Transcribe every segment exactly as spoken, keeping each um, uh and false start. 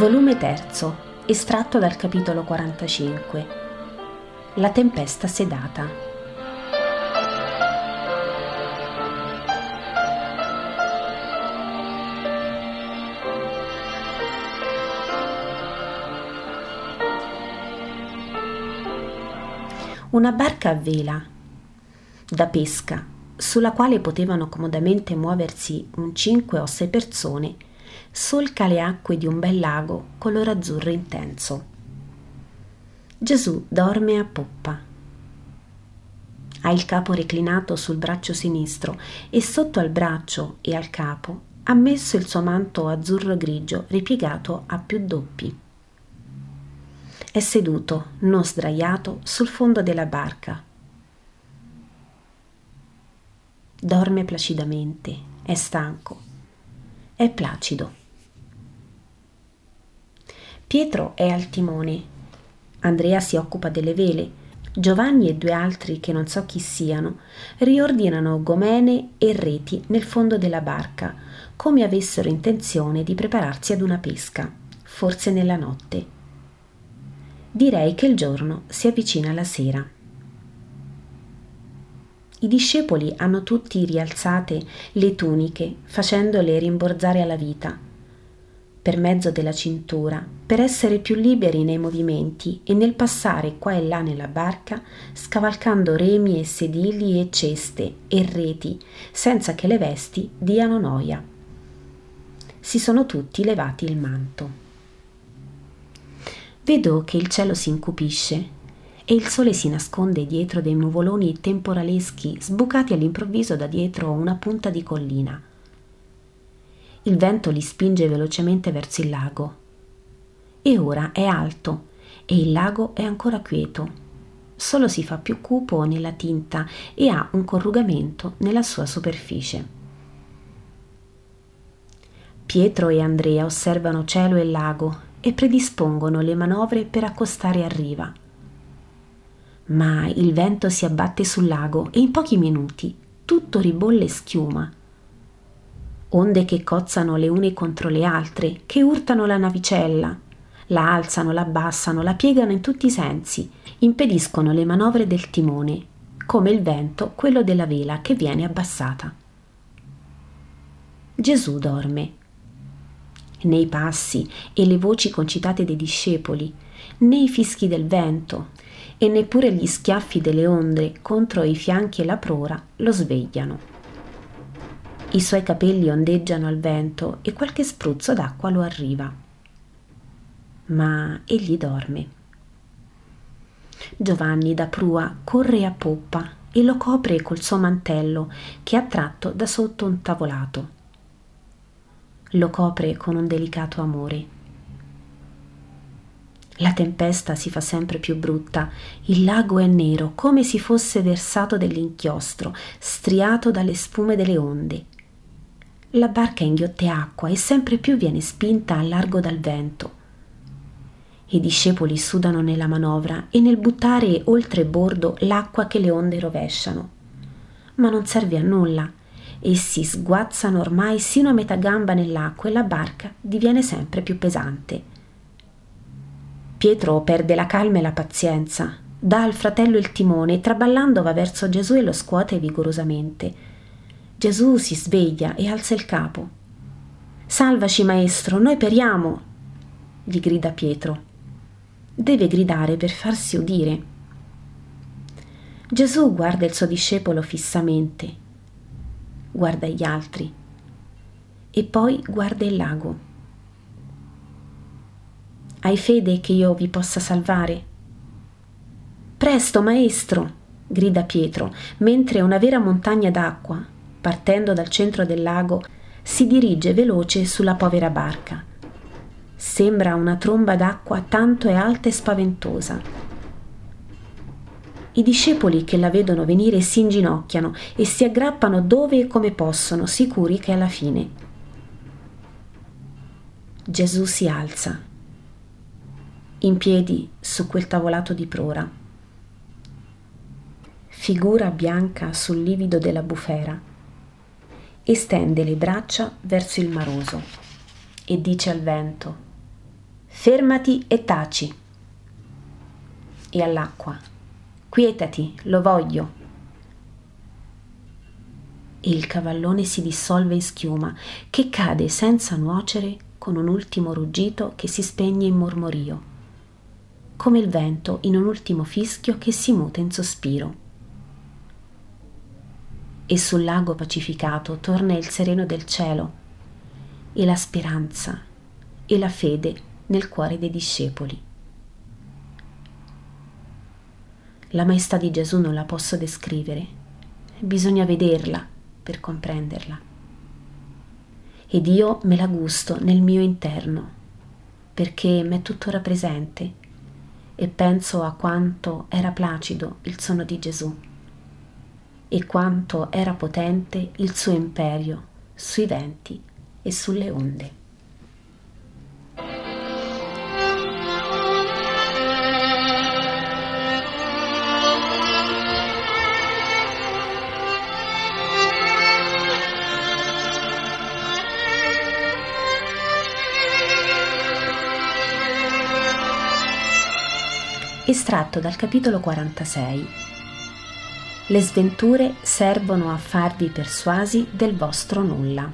Volume terzo, estratto dal capitolo quarantacinque. La tempesta sedata. Una barca a vela da pesca, sulla quale potevano comodamente muoversi un cinque o sei persone, solca le acque di un bel lago color azzurro intenso. Gesù dorme a poppa. Ha il capo reclinato sul braccio sinistro e sotto al braccio e al capo ha messo il suo manto azzurro grigio ripiegato a più doppi. È seduto, non sdraiato, sul fondo della barca. Dorme placidamente, è stanco, è placido. Pietro è al timone, Andrea si occupa delle vele, Giovanni e due altri che non so chi siano riordinano gomene e reti nel fondo della barca, come avessero intenzione di prepararsi ad una pesca, forse nella notte. Direi che il giorno si avvicina alla sera. I discepoli hanno tutti rialzate le tuniche, facendole rimborzare alla vita, per mezzo della cintura, per essere più liberi nei movimenti e nel passare qua e là nella barca, scavalcando remi e sedili e ceste e reti, senza che le vesti diano noia. Si sono tutti levati il manto. Vedo che il cielo si incupisce e il sole si nasconde dietro dei nuvoloni temporaleschi sbucati all'improvviso da dietro una punta di collina. Il vento li spinge velocemente verso il lago. E ora è alto e il lago è ancora quieto. Solo si fa più cupo nella tinta e ha un corrugamento nella sua superficie. Pietro e Andrea osservano cielo e lago e predispongono le manovre per accostare a riva. Ma il vento si abbatte sul lago e in pochi minuti tutto ribolle e schiuma. Onde che cozzano le une contro le altre, che urtano la navicella, la alzano, la abbassano, la piegano in tutti i sensi, impediscono le manovre del timone, come il vento quello della vela che viene abbassata. Gesù dorme. Né i passi e le voci concitate dei discepoli, né i fischi del vento, e neppure gli schiaffi delle onde contro i fianchi e la prora lo svegliano. I suoi capelli ondeggiano al vento e qualche spruzzo d'acqua lo arriva. Ma egli dorme. Giovanni da prua corre a poppa e lo copre col suo mantello che ha tratto da sotto un tavolato. Lo copre con un delicato amore. La tempesta si fa sempre più brutta, il lago è nero come si fosse versato dell'inchiostro, striato dalle spume delle onde. La barca inghiotte acqua e sempre più viene spinta a largo dal vento. I discepoli sudano nella manovra e nel buttare oltre bordo l'acqua che le onde rovesciano. Ma non serve a nulla. Essi sguazzano ormai sino a metà gamba nell'acqua e la barca diviene sempre più pesante. Pietro perde la calma e la pazienza, dà al fratello il timone e traballando va verso Gesù e lo scuote vigorosamente. Gesù si sveglia e alza il capo. «Salvaci, maestro, noi periamo!» gli grida Pietro. Deve gridare per farsi udire. Gesù guarda il suo discepolo fissamente, guarda gli altri e poi guarda il lago. «Hai fede che io vi possa salvare?» «Presto, maestro!» grida Pietro, mentre una vera montagna d'acqua, partendo dal centro del lago, si dirige veloce sulla povera barca. Sembra una tromba d'acqua tanto è alta e spaventosa. I discepoli che la vedono venire si inginocchiano e si aggrappano dove e come possono, sicuri che è la fine. Gesù si alza, in piedi su quel tavolato di prora, figura bianca sul livido della bufera, estende le braccia verso il maroso e dice al vento: fermati e taci. E all'acqua, quietati, lo voglio. E il cavallone si dissolve in schiuma, che cade senza nuocere con un ultimo ruggito che si spegne in mormorio, come il vento in un ultimo fischio che si muta in sospiro. E sul lago pacificato torna il sereno del cielo e la speranza e la fede nel cuore dei discepoli. La maestà di Gesù non la posso descrivere, bisogna vederla per comprenderla. Ed io me la gusto nel mio interno, perché m'è tuttora presente, e penso a quanto era placido il sonno di Gesù e quanto era potente il suo imperio sui venti e sulle onde. Estratto dal capitolo quarantasei. Le sventure servono a farvi persuasi del vostro nulla.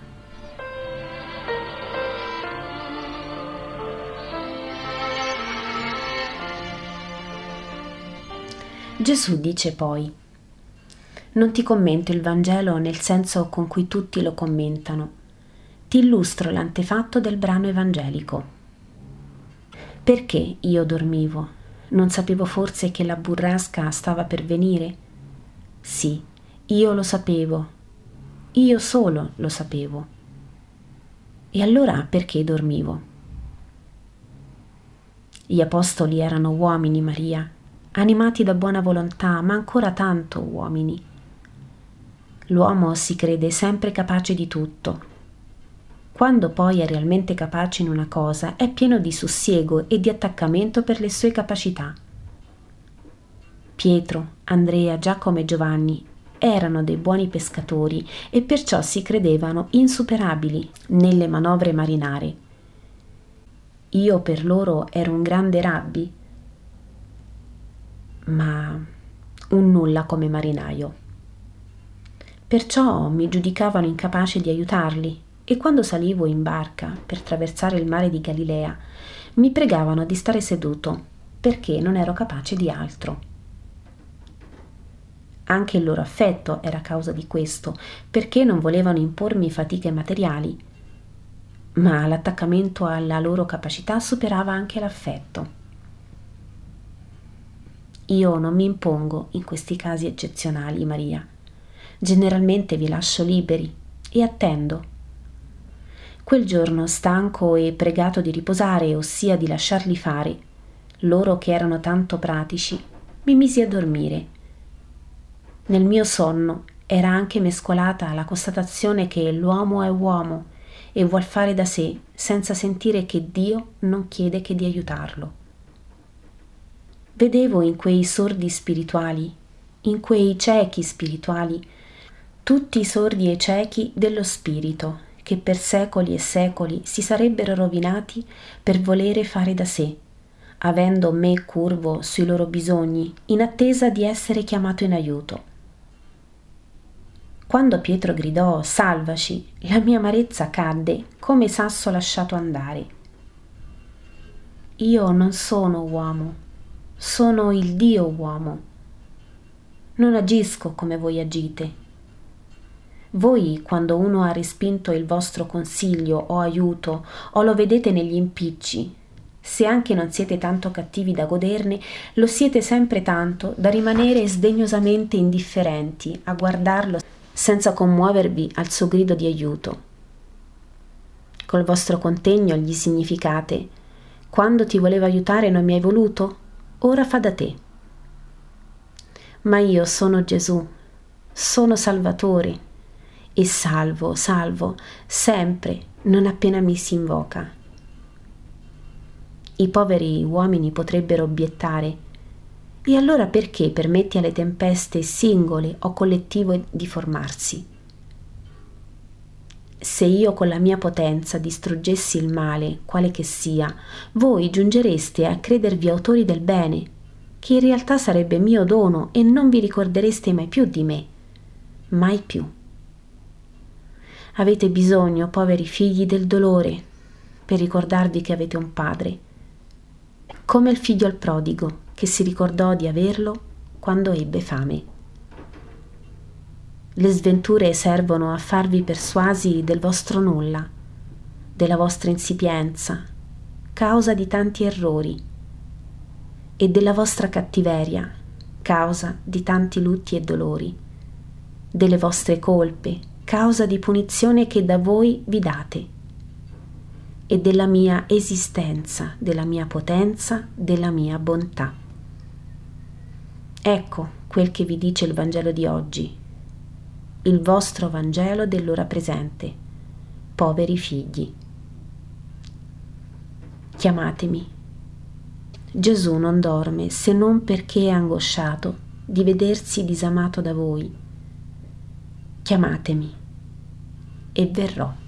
Gesù dice poi: non ti commento il Vangelo nel senso con cui tutti lo commentano, ti illustro l'antefatto del brano evangelico. Perché io dormivo? Non sapevo forse che la burrasca stava per venire? Sì, io lo sapevo, io solo lo sapevo. E allora perché dormivo? Gli apostoli erano uomini, Maria, animati da buona volontà, ma ancora tanto uomini. L'uomo si crede sempre capace di tutto. Quando poi è realmente capace in una cosa, è pieno di sussiego e di attaccamento per le sue capacità. Pietro, Andrea, Giacomo e Giovanni erano dei buoni pescatori e perciò si credevano insuperabili nelle manovre marinare. Io per loro ero un grande rabbi, ma un nulla come marinaio. Perciò mi giudicavano incapace di aiutarli, e quando salivo in barca per attraversare il mare di Galilea mi pregavano di stare seduto perché non ero capace di altro. Anche il loro affetto era causa di questo, perché non volevano impormi fatiche materiali, ma l'attaccamento alla loro capacità superava anche l'affetto. Io non mi impongo in questi casi eccezionali, Maria. Generalmente vi lascio liberi e attendo. Quel giorno, stanco e pregato di riposare, ossia di lasciarli fare, loro che erano tanto pratici, mi misi a dormire. Nel mio sonno era anche mescolata la constatazione che l'uomo è uomo e vuol fare da sé, senza sentire che Dio non chiede che di aiutarlo. Vedevo in quei sordi spirituali, in quei ciechi spirituali, tutti i sordi e ciechi dello spirito, che per secoli e secoli si sarebbero rovinati per volere fare da sé, avendo me curvo sui loro bisogni, in attesa di essere chiamato in aiuto. Quando Pietro gridò «Salvaci!», la mia amarezza cadde come sasso lasciato andare. Io non sono uomo, sono il Dio uomo. Non agisco come voi agite. Voi, quando uno ha respinto il vostro consiglio o aiuto, o lo vedete negli impicci, se anche non siete tanto cattivi da goderne, lo siete sempre tanto da rimanere sdegnosamente indifferenti a guardarlo senza commuovervi al suo grido di aiuto. Col vostro contegno gli significate: quando ti volevo aiutare non mi hai voluto? Ora fa da te. Ma io sono Gesù, sono Salvatore, e salvo, salvo, sempre, non appena mi si invoca. I poveri uomini potrebbero obiettare: e allora perché permetti alle tempeste singole o collettive di formarsi? se io con la mia potenza distruggessi il male, quale che sia, voi giungereste a credervi autori del bene, che in realtà sarebbe mio dono, e non vi ricordereste mai più di me. Mai più. Avete bisogno, poveri figli, del dolore per ricordarvi che avete un padre, come il figlio al prodigo che si ricordò di averlo quando ebbe fame. Le sventure servono a farvi persuasi del vostro nulla, della vostra insipienza, causa di tanti errori, e della vostra cattiveria, causa di tanti lutti e dolori, delle vostre colpe, causa di punizione che da voi vi date, e della mia esistenza, della mia potenza, della mia bontà. Ecco quel che vi dice il Vangelo di oggi, il vostro Vangelo dell'ora presente, poveri figli. Chiamatemi. Gesù non dorme se non perché è angosciato di vedersi disamato da voi. Chiamatemi e verrò.